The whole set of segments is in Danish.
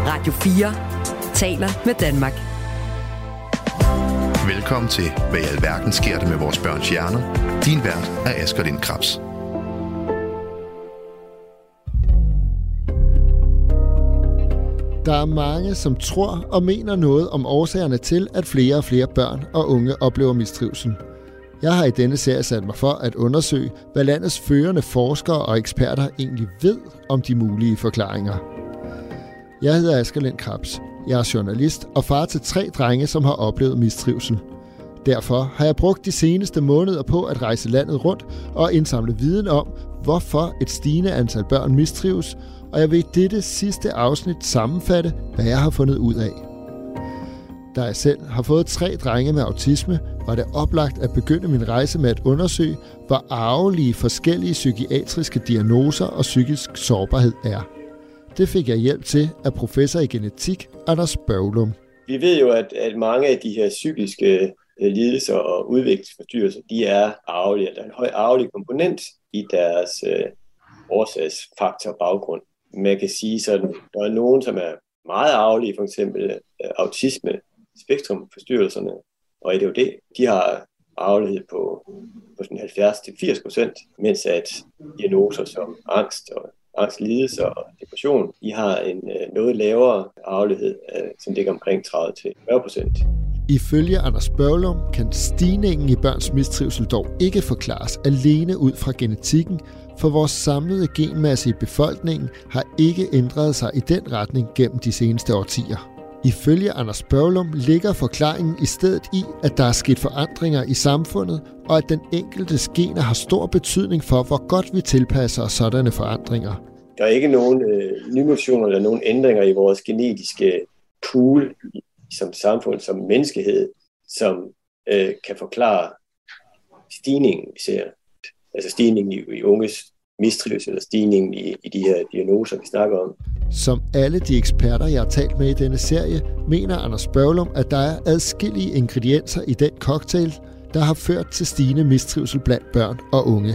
Radio 4 taler med Danmark. Velkommen til Hvad i alverden sker der med vores børns hjerner? Din vært er Asger Lind Krabs. Der er mange, som tror og mener noget om årsagerne til, at flere og flere børn og unge oplever mistrivsel. Jeg har i denne serie sat mig for at undersøge, hvad landets førende forskere og eksperter egentlig ved om de mulige forklaringer. Jeg hedder Asger Lind Krabs. Jeg er journalist og far til 3 drenge, som har oplevet mistrivsel. Derfor har jeg brugt de seneste måneder på at rejse landet rundt og indsamle viden om, hvorfor et stigende antal børn mistrives, og jeg vil i dette sidste afsnit sammenfatte, hvad jeg har fundet ud af. Da jeg selv har fået 3 drenge med autisme, var det oplagt at begynde min rejse med at undersøge, hvor arvelige forskellige psykiatriske diagnoser og psykisk sårbarhed er. Det fik jeg hjælp til af professor i genetik, Anders Børglum. Vi ved jo, at mange af de her psykiske lidelser og udviklingsforstyrrelser, de er arvelige. Der er en høj arvelig komponent i deres årsagsfaktor baggrund. Man kan sige sådan, der er nogen, som er meget arvelige, for eksempel autisme, spektrumforstyrrelserne og ADHD. De har arvelighed på sådan 70-80%, mens at diagnoser som angstlidelser og depression, de har en noget lavere arvelighed, som ligger omkring 30-40%. Ifølge Anders Børglum kan stigningen i børns mistrivsel dog ikke forklares alene ud fra genetikken, for vores samlede genmasse i befolkningen har ikke ændret sig i den retning gennem de seneste årtier. Ifølge Anders Børglum ligger forklaringen i stedet i, at der er sket forandringer i samfundet, og at den enkeltes gener har stor betydning for, hvor godt vi tilpasser os sådanne forandringer. Der er ikke nogen nye mutationer eller nogen ændringer i vores genetiske pool som samfund, som menneskehed, som kan forklare stigningen, vi ser. Altså stigningen i unges mistrivsel eller stigningen i de her diagnoser, vi snakker om. Som alle de eksperter, jeg har talt med i denne serie, mener Anders Børglum, at der er adskillige ingredienser i den cocktail, der har ført til stigende mistrivsel blandt børn og unge.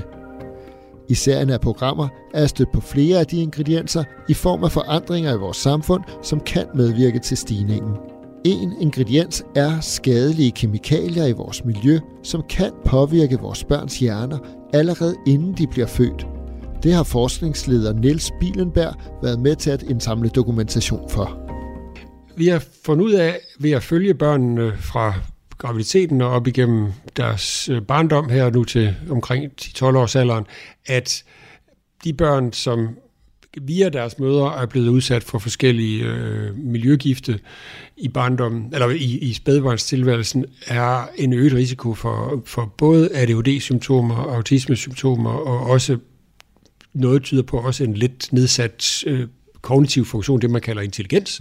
I serien af programmer er jeg stødt på flere af de ingredienser i form af forandringer i vores samfund, som kan medvirke til stigningen. En ingrediens er skadelige kemikalier i vores miljø, som kan påvirke vores børns hjerner allerede inden de bliver født. Det har forskningsleder Niels Bielenberg været med til at indsamle dokumentation for. Vi har fundet ud af, ved at følge børnene fra graviditeten og op igennem deres barndom her nu til omkring 10-12 års alderen, at de børn, som via deres mødre er blevet udsat for forskellige miljøgifte i barndommen, eller i spædbarnstilværelsen, er en øget risiko for både ADHD-symptomer, autisme-symptomer og også noget tyder på også en lidt nedsat kognitiv funktion, det man kalder intelligens.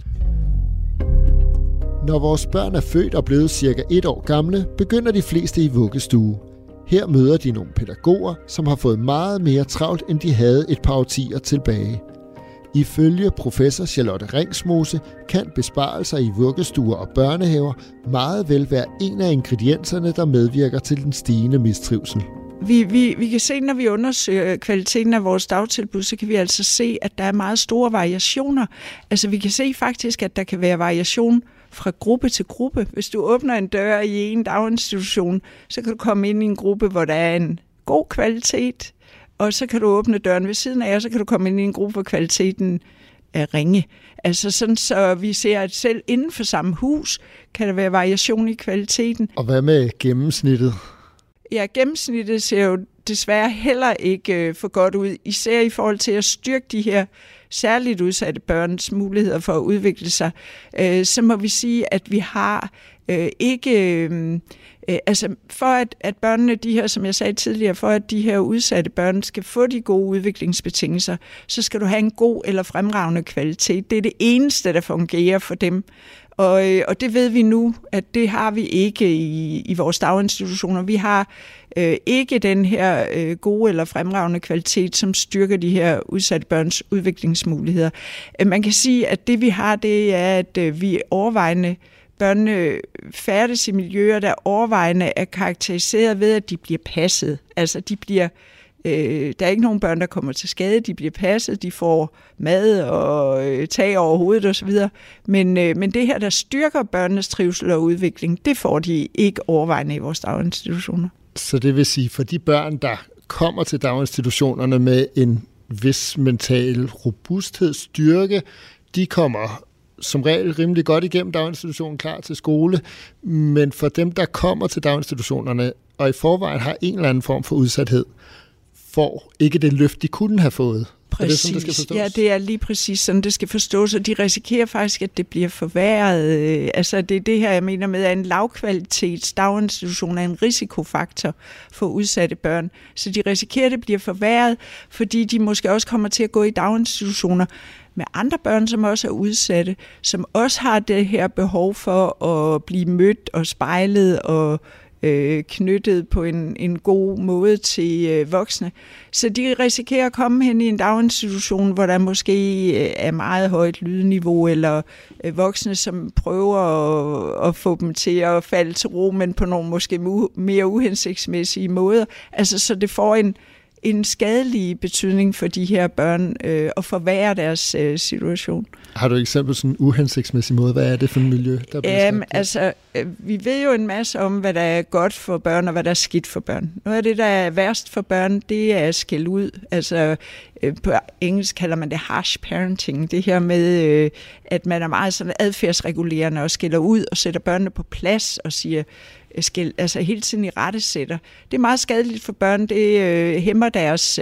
Når vores børn er født og blevet cirka 1 år gamle, begynder de fleste i vuggestue. Her møder de nogle pædagoger, som har fået meget mere travlt, end de havde et par årtier tilbage. Ifølge professor Charlotte Ringsmose kan besparelser i vuggestuer og børnehaver meget vel være en af ingredienserne, der medvirker til den stigende mistrivsel. Vi kan se, når vi undersøger kvaliteten af vores dagtilbud, så kan vi altså se, at der er meget store variationer. Altså vi kan se faktisk, at der kan være variation fra gruppe til gruppe. Hvis du åbner en dør i en daginstitution, så kan du komme ind i en gruppe, hvor der er en god kvalitet, og så kan du åbne døren ved siden af, og så kan du komme ind i en gruppe, hvor kvaliteten er ringe. Altså sådan, så vi ser, at selv inden for samme hus, kan der være variation i kvaliteten. Og hvad med gennemsnittet? Ja, gennemsnittet ser jo desværre heller ikke for godt ud, især i forhold til at styrke de her særligt udsatte børns muligheder for at udvikle sig. Så må vi sige, at vi har ikke... Altså for at børnene, de her, som jeg sagde tidligere, for at de her udsatte børn skal få de gode udviklingsbetingelser, så skal du have en god eller fremragende kvalitet. Det er det eneste, der fungerer for dem. Og det ved vi nu, at det har vi ikke i vores daginstitutioner. Vi har ikke den her gode eller fremragende kvalitet, som styrker de her udsatte børns udviklingsmuligheder. Man kan sige, at det vi har, det er, at vi overvejende børnene færdes i miljøer, der overvejende er karakteriseret ved, at de bliver passet. Altså de bliver Der er ikke nogen børn, der kommer til skade. De bliver passet, de får mad og tag over hovedet osv. Men det her, der styrker børnenes trivsel og udvikling, det får de ikke overvejende i vores daginstitutioner. Så det vil sige, for de børn, der kommer til daginstitutionerne med en vis mental robusthed, styrke, de kommer som regel rimelig godt igennem daginstitutionen, klar til skole, men for dem, der kommer til daginstitutionerne og i forvejen har en eller anden form for udsathed, får ikke det løft, de kunne have fået. Præcis. Er det sådan, det skal forstås? Ja, det er lige præcis sådan, det skal forstås, og de risikerer faktisk, at det bliver forværret. Altså det er det her, jeg mener med, at en lavkvalitets daginstitution er en risikofaktor for udsatte børn. Så de risikerer, at det bliver forværret, fordi de måske også kommer til at gå i daginstitutioner med andre børn, som også er udsatte, som også har det her behov for at blive mødt og spejlet og knyttet på en god måde til voksne. Så de risikerer at komme hen i en daginstitution, hvor der måske er meget højt lydniveau, eller voksne, som prøver at få dem til at falde til ro, men på nogle måske mere uhensigtsmæssige måder. Altså, så det får en skadelig betydning for de her børn og forværre deres situation. Har du et eksempel sådan en uhensigtsmæssig måde? Hvad er det for et miljø, der bliver altså, vi ved jo en masse om, hvad der er godt for børn, og hvad der er skidt for børn. Noget af det, der er værst for børn, det er at skælde ud. Altså, på engelsk kalder man det harsh parenting. Det her med, at man er meget sådan adfærdsregulerende og skælder ud og sætter børnene på plads og siger, altså hele tiden i rettesætter. Det er meget skadeligt for børn. Det hæmmer deres...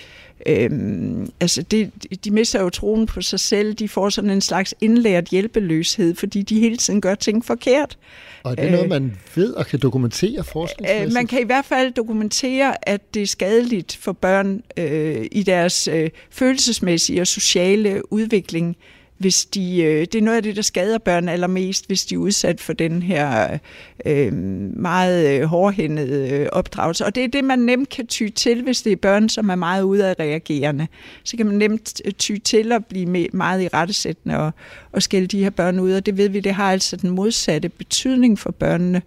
altså de mister jo troen på sig selv. De får sådan en slags indlært hjælpeløshed, fordi de hele tiden gør ting forkert. Og er det noget, man ved og kan dokumentere forskningsmæssigt? Man kan i hvert fald dokumentere, at det er skadeligt for børn i deres følelsesmæssige og sociale udvikling, hvis det er noget af det, der skader børn allermest, hvis de er udsat for den her meget hårdhændede opdragelse. Og det er det, man nemt kan ty til, hvis det er børn, som er meget udadreagerende. Så kan man nemt ty til at blive meget irettesættende og skælde de her børn ud. Og det ved vi, det har altså den modsatte betydning for børnene,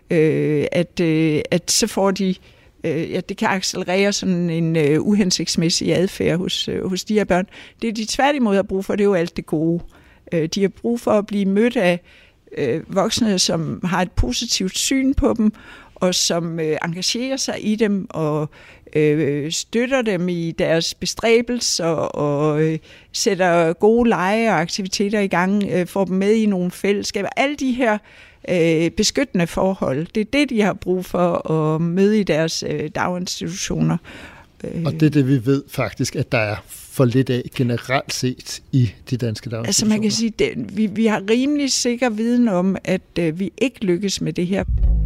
at så får de... det kan accelerere sådan en uhensigtsmæssig adfærd hos de her børn. Det, de tværtimod har brug for, det er jo alt det gode. De har brug for at blive mødt af voksne, som har et positivt syn på dem, og som engagerer sig i dem og støtter dem i deres bestræbelser og sætter gode lege og aktiviteter i gang, får dem med i nogle fællesskaber. Alle de her beskyttende forhold. Det er det, de har brug for at møde i deres daginstitutioner. Og det er det, vi ved faktisk, at der er for lidt af generelt set i de danske daginstitutioner. Altså man kan sige, at vi har rimelig sikker viden om, at vi ikke lykkes med det her.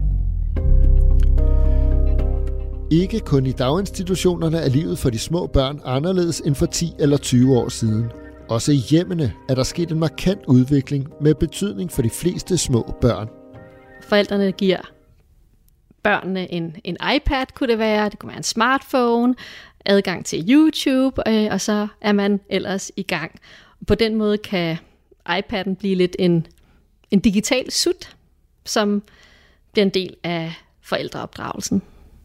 Ikke kun i daginstitutionerne er livet for de små børn anderledes end for 10 eller 20 år siden. Også i hjemmene er der sket en markant udvikling med betydning for de fleste små børn. Forældrene giver børnene en iPad, kunne det være en smartphone, adgang til YouTube, og så er man ellers i gang. På den måde kan iPad'en blive lidt en digital sut, som bliver en del af forældreopdragelsen.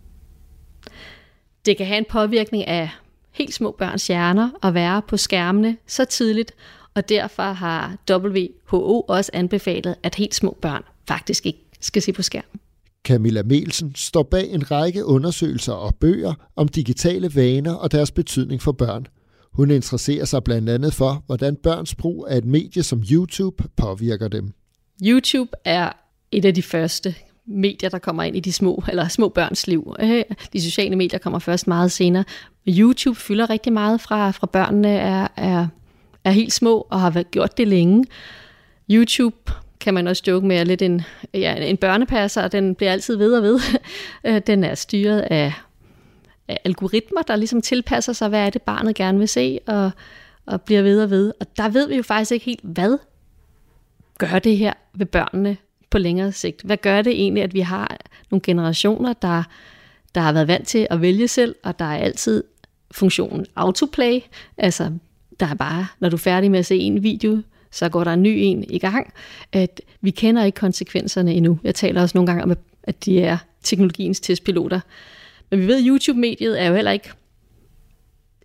Det kan have en påvirkning af helt små børns hjerner at være på skærmene så tidligt, og derfor har WHO også anbefalet, at helt små børn faktisk ikke skal se på skærmen. Camilla Melsen står bag en række undersøgelser og bøger om digitale vaner og deres betydning for børn. Hun interesserer sig blandt andet for, hvordan børns brug af et medie som YouTube påvirker dem. YouTube er et af de første medier, der kommer ind i de små børns liv. De sociale medier kommer først meget senere. YouTube fylder rigtig meget fra børnene er helt små og har gjort det længe. YouTube kan man også joke med, er lidt en børnepasser, og den bliver altid ved og ved. Den er styret af algoritmer, der ligesom tilpasser sig, hvad er det barnet gerne vil se, og bliver ved og ved. Og der ved vi jo faktisk ikke helt, hvad gør det her ved børnene på længere sigt. Hvad gør det egentlig, at vi har nogle generationer, der har været vant til at vælge selv, og der er altid funktionen autoplay, altså der er bare, når du er færdig med at se en video, så går der en ny en i gang. At vi kender ikke konsekvenserne endnu. Jeg taler også nogle gange om, at de er teknologiens testpiloter. Men vi ved, at YouTube-mediet er jo heller ikke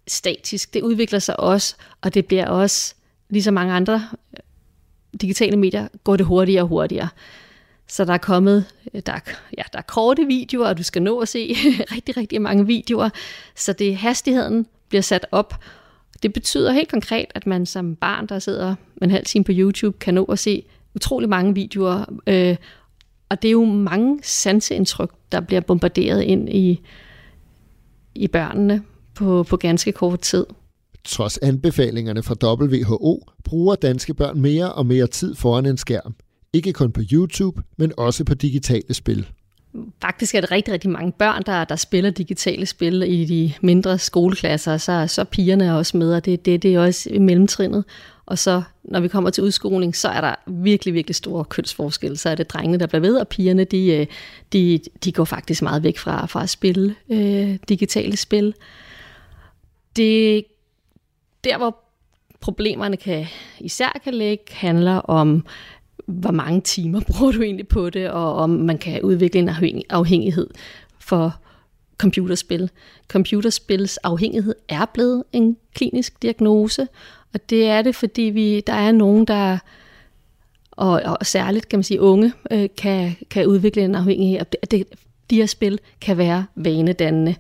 statisk. Det udvikler sig også, og det bliver også, ligesom mange andre digitale medier, går det hurtigere og hurtigere. Så der er kommet, der er korte videoer, og du skal nå at se rigtig, rigtig mange videoer. Så det hastigheden bliver sat op. Det betyder helt konkret, at man som barn, der sidder en halv time på YouTube, kan nå at se utrolig mange videoer. Og det er jo mange sanseindtryk, der bliver bombarderet ind i børnene på ganske kort tid. Trods anbefalingerne fra WHO bruger danske børn mere og mere tid foran en skærm. Ikke kun på YouTube, men også på digitale spil. Faktisk er det rigtig, rigtig mange børn, der spiller digitale spil i de mindre skoleklasser, så pigerne også med, og det er også i mellemtrinnet. Og så, når vi kommer til udskoling, så er der virkelig, virkelig store kønsforskelle. Så er det drengene, der bliver ved, og pigerne, de går faktisk meget væk fra at spille digitale spil. Det der, hvor problemerne især kan ligge, handler om, hvor mange timer bruger du egentlig på det, og om man kan udvikle en afhængighed for computerspil. Computerspils afhængighed er blevet en klinisk diagnose, og det er det, fordi der er nogen, der, og særligt kan man sige unge, kan udvikle en afhængighed. De her spil kan være vanedannende.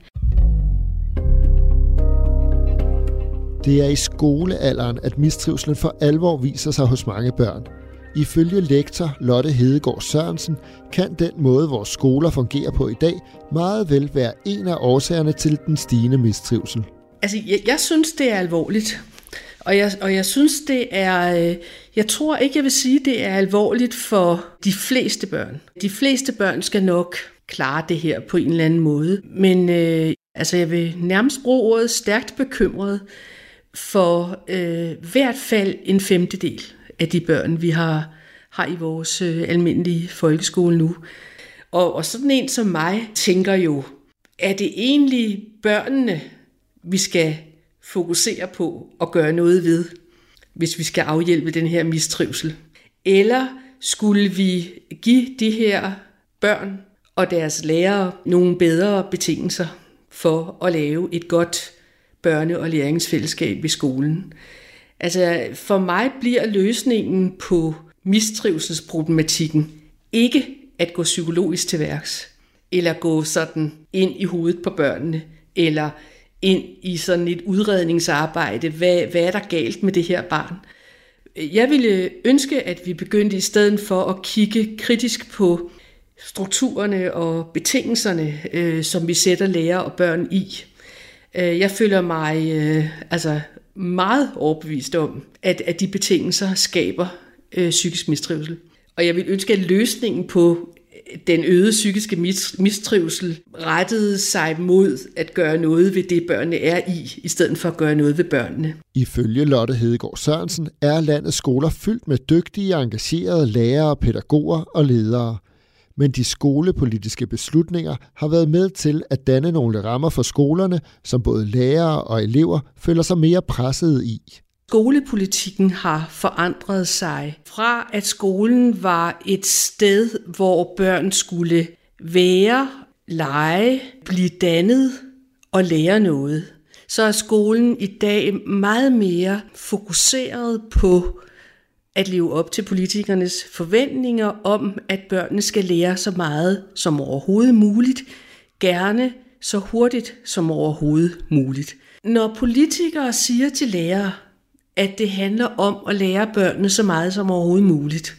Det er i skolealderen, at mistrivslen for alvor viser sig hos mange børn. Ifølge lektor Lotte Hedegaard Sørensen kan den måde, vores skoler fungerer på i dag, meget vel være en af årsagerne til den stigende mistrivsel. Altså, jeg synes, det er alvorligt. Og jeg synes, det er... Jeg tror ikke, jeg vil sige, det er alvorligt for de fleste børn. De fleste børn skal nok klare det her på en eller anden måde. Men jeg vil nærmest bruge ordet stærkt bekymret for hvert fald en femtedel af de børn, vi har i vores almindelige folkeskole nu. Og sådan en som mig tænker jo, er det egentlig børnene, vi skal fokusere på og gøre noget ved, hvis vi skal afhjælpe den her mistrivsel? Eller skulle vi give de her børn og deres lærere nogle bedre betingelser for at lave et godt børne- og læringsfællesskab ved skolen? Altså, for mig bliver løsningen på mistrivselsproblematikken ikke at gå psykologisk til værks, eller gå sådan ind i hovedet på børnene, eller ind i sådan et udredningsarbejde. Hvad er der galt med det her barn? Jeg ville ønske, at vi begyndte i stedet for at kigge kritisk på strukturerne og betingelserne, som vi sætter lærere og børn i. Jeg føler mig meget overbevist om, at de betingelser skaber psykisk mistrivsel. Og jeg vil ønske, at løsningen på den øgede psykiske mistrivsel rettede sig mod at gøre noget ved det, børnene er i stedet for at gøre noget ved børnene. Ifølge Lotte Hedegaard Sørensen er landets skoler fyldt med dygtige, engagerede lærere, pædagoger og ledere. Men de skolepolitiske beslutninger har været med til at danne nogle rammer for skolerne, som både lærere og elever føler sig mere pressede i. Skolepolitikken har forandret sig fra, at skolen var et sted, hvor børn skulle være, lege, blive dannet og lære noget. Så er skolen i dag meget mere fokuseret på at leve op til politikernes forventninger om, at børnene skal lære så meget som overhovedet muligt, gerne så hurtigt som overhovedet muligt. Når politikere siger til lærere, at det handler om at lære børnene så meget som overhovedet muligt,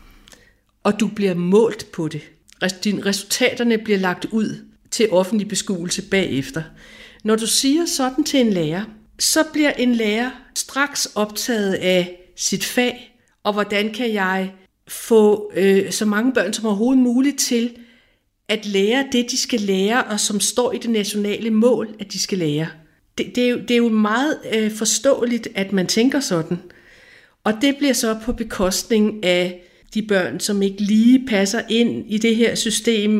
og du bliver målt på det, resultaterne bliver lagt ud til offentlig beskuelse bagefter. Når du siger sådan til en lærer, så bliver en lærer straks optaget af sit fag, og hvordan kan jeg få så mange børn som overhovedet muligt til at lære det, de skal lære, og som står i det nationale mål, at de skal lære. Det er jo meget forståeligt, at man tænker sådan. Og det bliver så på bekostning af de børn, som ikke lige passer ind i det her system.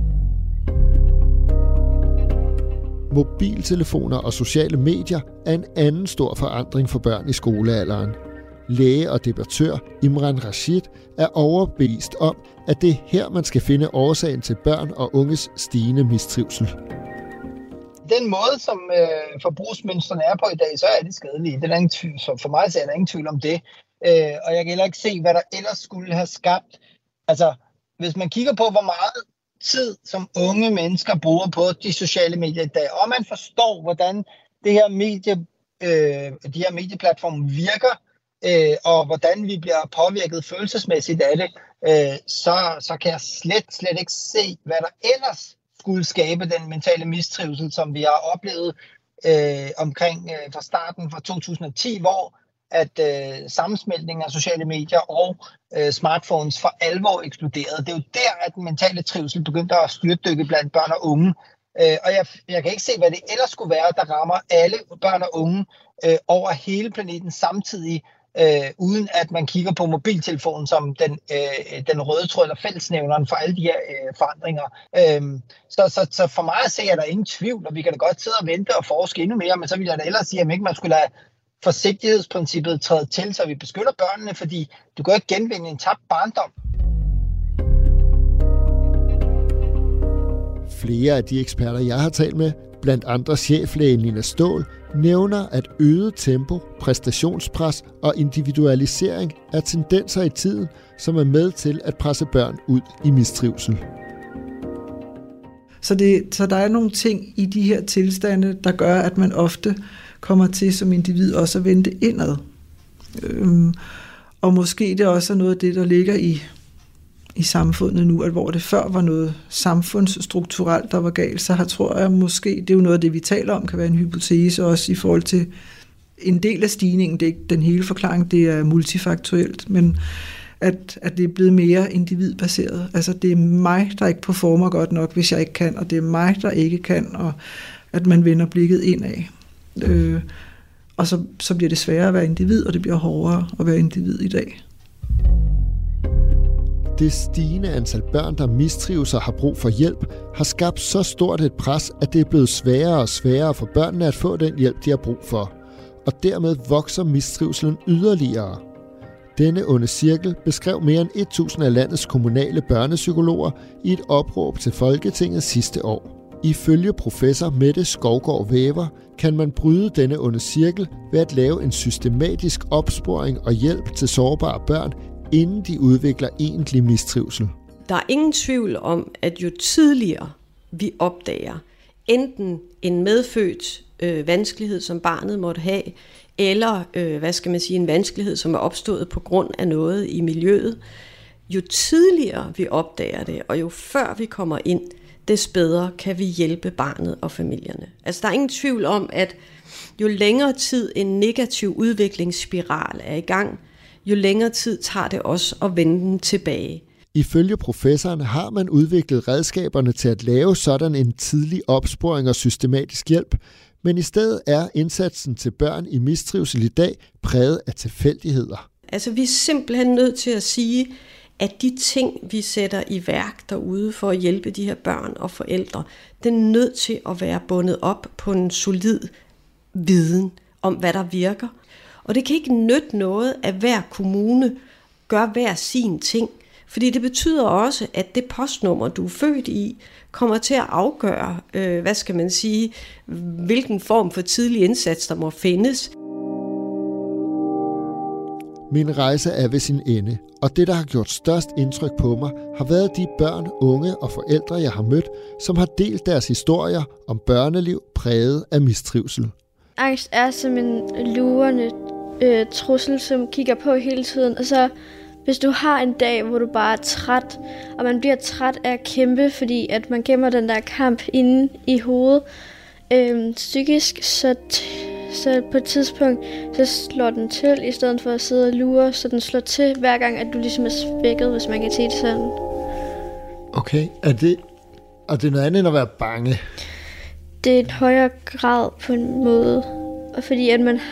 Mobiltelefoner og sociale medier er en anden stor forandring for børn i skolealderen. Læge og debattør Imran Rashid er overbevist om, at det er her, man skal finde årsagen til børn og unges stigende mistrivsel. den måde, som forbrugsmønstrene er på i dag, så er det skadelige. Det er ingen tvivl, for mig så er der ingen tvivl om det. Og jeg kan heller ikke se, hvad der ellers skulle have skabt. Altså, hvis man kigger på, hvor meget tid, som unge mennesker bruger på de sociale medier i dag, og man forstår, hvordan det her de her medieplatforme virker, og hvordan vi bliver påvirket følelsesmæssigt af det, så kan jeg slet ikke se, hvad der ellers skulle skabe den mentale mistrivsel, som vi har oplevet omkring fra starten fra 2010, hvor at sammensmeltningen af sociale medier og smartphones for alvor eksploderede. Det er jo der, at den mentale trivsel begyndte at styrtdykke blandt børn og unge. Og jeg kan ikke se, hvad det ellers skulle være, der rammer alle børn og unge over hele planeten samtidig, uden at man kigger på mobiltelefonen som den røde tråd eller fællesnævneren for alle de her forandringer. Så for mig at se, er der ingen tvivl, og vi kan da godt sidde og vente og forske endnu mere, men så vil jeg da ellers sige, at ikke man skulle lade forsigtighedsprincippet træde til, så vi beskytter børnene, fordi du kan ikke genvinde en tabt barndom. Flere af de eksperter, jeg har talt med, blandt andre cheflægen Nina Ståhl, nævner, at øget tempo, præstationspres og individualisering er tendenser i tiden, som er med til at presse børn ud i mistrivsel. Så der er nogle ting i de her tilstande, der gør, at man ofte kommer til som individ også at vende indad. Og måske det også er noget af det, der ligger i samfundet nu, at hvor det før var noget samfundsstrukturelt, der var galt, så tror jeg måske, det er jo noget af det, vi taler om, kan være en hypotese også i forhold til en del af stigningen. Det er ikke den hele forklaring, det er multifaktuelt, men at det er blevet mere individbaseret. Altså det er mig, der ikke performer godt nok, hvis jeg ikke kan, og det er mig, der ikke kan, og at man vender blikket indad. Og så bliver det sværere at være individ, og det bliver hårdere at være individ i dag. Det stigende antal børn, der mistrives og har brug for hjælp, har skabt så stort et pres, at det er blevet sværere og sværere for børnene at få den hjælp, de har brug for. Og dermed vokser mistrivselen yderligere. Denne onde cirkel beskrev mere end 1000 af landets kommunale børnepsykologer i et opråb til Folketinget sidste år. Ifølge professor Mette Skovgaard Væver kan man bryde denne onde cirkel ved at lave en systematisk opsporing og hjælp til sårbare børn, inden de udvikler egentlig mistrivsel. Der er ingen tvivl om, at jo tidligere vi opdager enten en medfødt vanskelighed, som barnet måtte have, eller en vanskelighed, som er opstået på grund af noget i miljøet, jo tidligere vi opdager det, og jo før vi kommer ind, des bedre kan vi hjælpe barnet og familierne. Altså der er ingen tvivl om, at jo længere tid en negativ udviklingsspiral er i gang, jo længere tid tager det også at vende den tilbage. Ifølge professoren har man udviklet redskaberne til at lave sådan en tidlig opsporing og systematisk hjælp, men i stedet er indsatsen til børn i mistrivsel i dag præget af tilfældigheder. Altså vi er simpelthen nødt til at sige, at de ting, vi sætter i værk derude for at hjælpe de her børn og forældre, det er nødt til at være bundet op på en solid viden om, hvad der virker. Og det kan ikke nytte noget, at hver kommune gør hver sin ting. Fordi det betyder også, at det postnummer, du er født i, kommer til at afgøre, hvilken form for tidlig indsats, der må findes. Min rejse er ved sin ende, og det, der har gjort størst indtryk på mig, har været de børn, unge og forældre, jeg har mødt, som har delt deres historier om børneliv præget af mistrivsel. Angst er som en lurende trussel, som kigger på hele tiden. Og så hvis du har en dag, hvor du bare er træt, og man bliver træt af at kæmpe, fordi at man gemmer den der kamp inde i hovedet psykisk, så på et tidspunkt, så slår den til, i stedet for at sidde og lure, så den slår til hver gang, at du ligesom er svækket, hvis man kan sige det sådan. Okay, er det noget andet end at være bange? Det er en højere grad på en måde, og fordi at man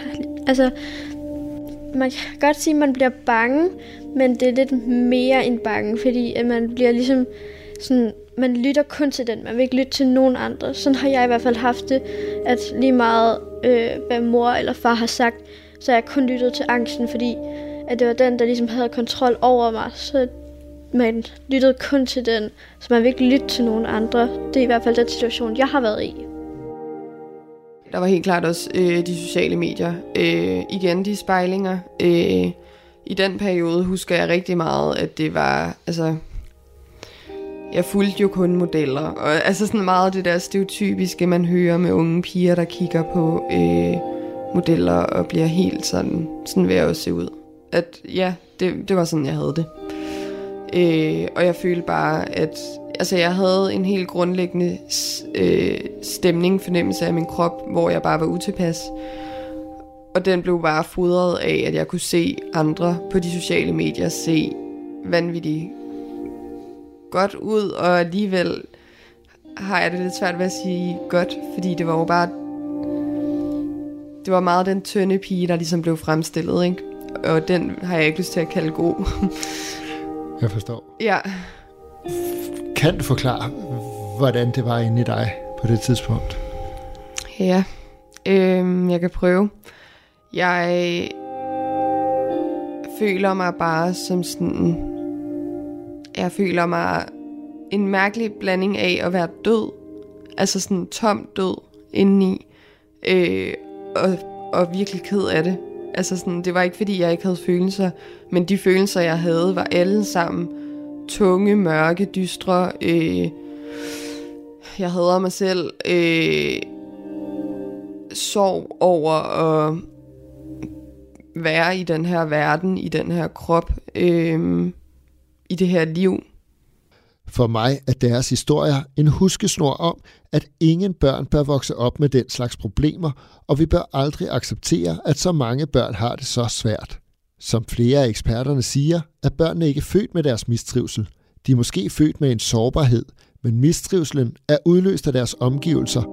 kan godt sige, at man bliver bange, men det er lidt mere end bange, fordi at man bliver ligesom sådan, man lytter kun til den, man vil ikke lytte til nogen andre. Sådan har jeg i hvert fald haft det, at lige meget hvad mor eller far har sagt, så har jeg kun lyttet til angsten, fordi at det var den, der ligesom havde kontrol over mig. Så man lyttede kun til den, så man vil ikke lytte til nogen andre. Det er i hvert fald den situation, jeg har været i. der var helt klart også de sociale medier. Igen de spejlinger. I den periode husker jeg rigtig meget, at det var, altså, jeg fulgte jo kun modeller, og altså sådan meget det der stereotypiske, man hører med unge piger, der kigger på modeller og bliver helt sådan ved at se ud. At ja, det var sådan, jeg havde det. Og jeg følte bare, at altså, jeg havde en helt grundlæggende stemning, fornemmelse af min krop, hvor jeg bare var utilpas. Og den blev bare fodret af, at jeg kunne se andre på de sociale medier se vanvittigt godt ud, og alligevel har jeg det lidt svært ved at sige godt, fordi det var jo bare, det var meget den tynde pige, der ligesom blev fremstillet, ikke? Og den har jeg ikke lyst til at kalde god. Jeg forstår. Ja. Kan du forklare, hvordan det var inde i dig på det tidspunkt? Ja, jeg kan prøve. Jeg føler mig bare som sådan, jeg føler mig en mærkelig blanding af at være død, altså sådan tom død indeni, og virkelig ked af det. Altså sådan, det var ikke fordi jeg ikke havde følelser, men de følelser jeg havde var alle sammen tunge, mørke, dystre. Jeg hader mig selv. Sorg over at være i den her verden, i den her krop, i det her liv. For mig er deres historier en huskesnor om, at ingen børn bør vokse op med den slags problemer, og vi bør aldrig acceptere, at så mange børn har det så svært. Som flere af eksperterne siger, er børnene ikke født med deres mistrivsel. De er måske født med en sårbarhed, men mistrivselen er udløst af deres omgivelser.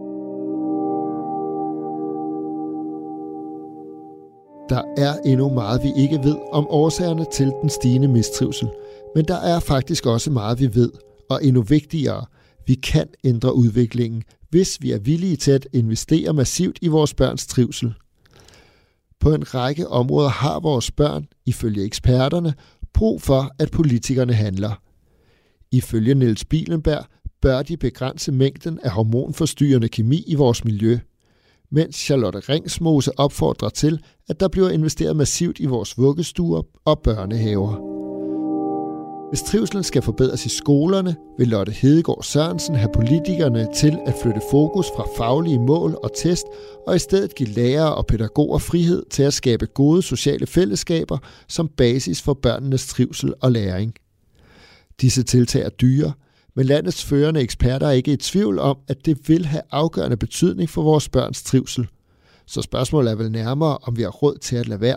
Der er endnu meget, vi ikke ved om årsagerne til den stigende mistrivsel, men der er faktisk også meget, vi ved, og endnu vigtigere, vi kan ændre udviklingen, hvis vi er villige til at investere massivt i vores børns trivsel. På en række områder har vores børn, ifølge eksperterne, brug for, at politikerne handler. Ifølge Niels Bielenberg bør de begrænse mængden af hormonforstyrrende kemi i vores miljø, mens Charlotte Ringsmose opfordrer til, at der bliver investeret massivt i vores vuggestuer og børnehaver. Hvis trivselen skal forbedres i skolerne, vil Lotte Hedegaard Sørensen have politikerne til at flytte fokus fra faglige mål og test, og i stedet give lærere og pædagoger frihed til at skabe gode sociale fællesskaber som basis for børnenes trivsel og læring. Disse tiltag er dyre, men landets førende eksperter er ikke i tvivl om, at det vil have afgørende betydning for vores børns trivsel. Så spørgsmålet er vel nærmere, om vi har råd til at lade være.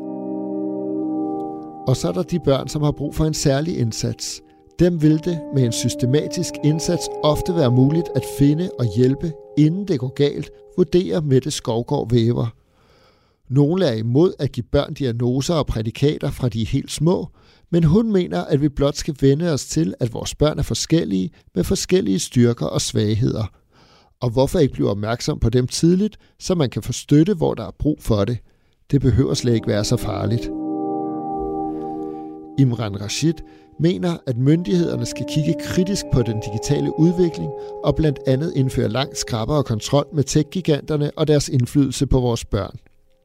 Og så er der de børn, som har brug for en særlig indsats. Dem vil det med en systematisk indsats ofte være muligt at finde og hjælpe, inden det går galt, vurderer Mette Skovgaard Væver. Nogle er imod at give børn diagnoser og prædikater fra de er helt små, men hun mener, at vi blot skal vende os til, at vores børn er forskellige med forskellige styrker og svagheder. Og hvorfor ikke blive opmærksom på dem tidligt, så man kan få støtte, hvor der er brug for det. Det behøver slet ikke være så farligt. Imran Rashid mener, at myndighederne skal kigge kritisk på den digitale udvikling og blandt andet indføre langt skrappere kontrol med tech-giganterne og deres indflydelse på vores børn.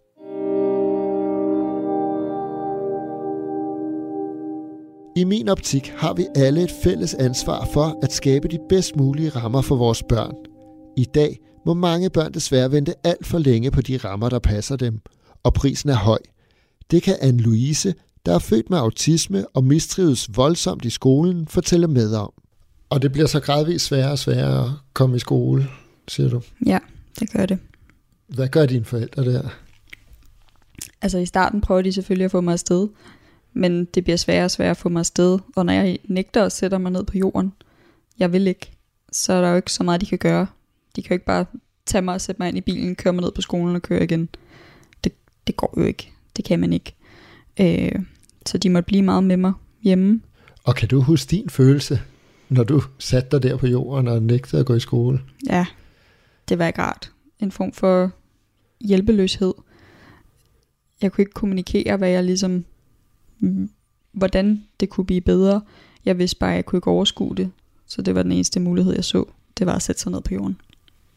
I min optik har vi alle et fælles ansvar for at skabe de bedst mulige rammer for vores børn. I dag må mange børn desværre vente alt for længe på de rammer, der passer dem, og prisen er høj. Det kan Anne-Louise, der er født med autisme og mistrives voldsomt i skolen, fortælle med om. Og det bliver så gradvist sværere og sværere at komme i skole, siger du? Ja, det gør det. Hvad gør dine forældre der? Altså i starten prøver de selvfølgelig at få mig afsted, men det bliver sværere og sværere at få mig afsted. Og når jeg nægter at sætte mig ned på jorden, jeg vil ikke, så er der jo ikke så meget, de kan gøre. De kan jo ikke bare tage mig og sætte mig ind i bilen, køre mig ned på skolen og køre igen. Det går jo ikke. Det kan man ikke. Så de måtte blive meget med mig hjemme. Og kan du huske din følelse, når du satte dig der på jorden og nægtede at gå i skole? Ja, det var ikke rart. En form for hjælpeløshed. Jeg kunne ikke kommunikere, hvad jeg ligesom, hvordan det kunne blive bedre. Jeg vidste bare, at jeg kunne ikke overskue det. Så det var den eneste mulighed, jeg så. Det var at sætte sig ned på jorden.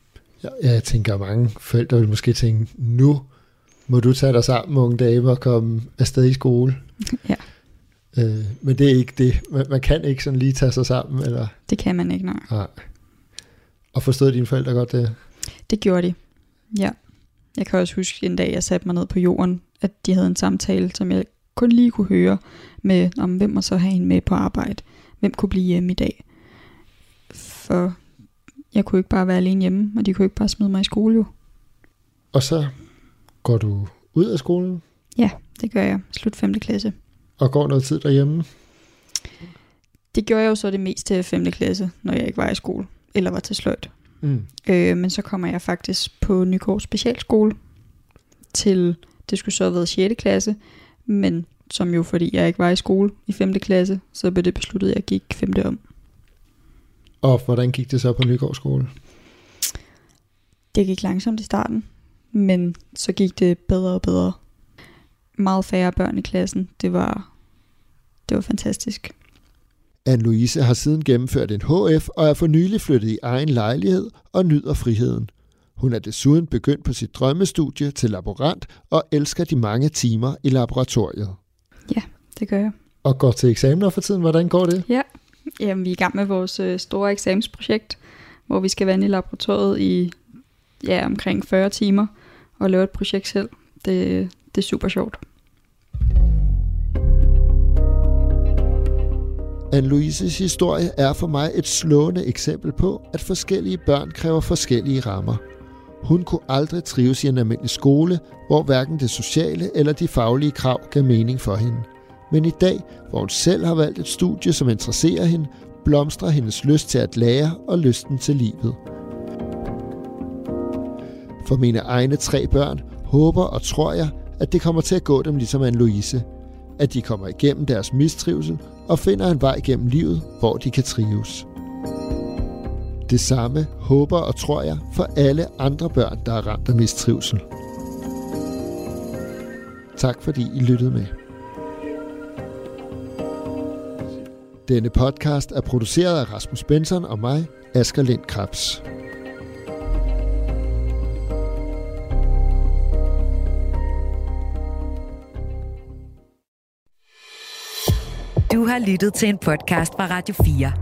Jeg tænker, mange forældre vil måske tænke, nu må du tage dig sammen, unge dame, og komme afsted i skole. Ja. Men det er ikke det. Man kan ikke sådan lige tage sig sammen, eller? Det kan man ikke, nej. Og forstod dine forældre godt det? Det gjorde de, ja. Jeg kan også huske en dag, jeg satte mig ned på jorden, at de havde en samtale, som jeg kun lige kunne høre med, om hvem må så have hende med på arbejde. Hvem kunne blive hjemme i dag? For jeg kunne ikke bare være alene hjemme, og de kunne ikke bare smide mig i skole jo. Og så går du ud af skolen? Ja, det gør jeg. Slut 5. klasse. Og går noget tid derhjemme? Det gjorde jeg jo så det meste af 5. klasse, når jeg ikke var i skole, eller var til sløjt. Men så kommer jeg faktisk på Nygård Specialskole til, det skulle så have været 6. klasse, men som jo fordi jeg ikke var i skole i 5. klasse, så blev det besluttet, at jeg gik 5. om. Og hvordan gik det så på Nygård skole? Det gik langsomt i starten, men så gik det bedre og bedre. Meget færre børn i klassen. Det var fantastisk. Anne-Louise har siden gennemført en HF og er for nylig flyttet i egen lejlighed og nyder friheden. Hun er desuden begyndt på sit drømmestudie til laborant og elsker de mange timer i laboratoriet. Ja, det gør jeg. Og går til eksamener for tiden. Hvordan går det? Ja, jamen, vi er i gang med vores store eksamensprojekt, hvor vi skal være inde i laboratoriet i omkring 40 timer og lave et projekt selv. Det er super sjovt. Anne-Louises historie er for mig et slående eksempel på, at forskellige børn kræver forskellige rammer. Hun kunne aldrig trives i en almindelig skole, hvor hverken det sociale eller de faglige krav gav mening for hende. Men i dag, hvor hun selv har valgt et studie, som interesserer hende, blomstrer hendes lyst til at lære og lysten til livet. For mine egne 3 børn håber og tror jeg, at det kommer til at gå dem ligesom Anne-Louise. At de kommer igennem deres mistrivsel og finder en vej gennem livet, hvor de kan trives. Det samme håber og tror jeg for alle andre børn, der er ramt af mistrivsel. Tak fordi I lyttede med. Denne podcast er produceret af Rasmus Benson og mig, Asger Lind Krebs. Du har lyttet til en podcast fra Radio 4.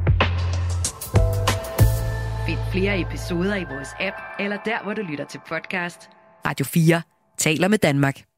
Find flere episoder i vores app, eller der, hvor du lytter til podcast. Radio 4 taler med Danmark.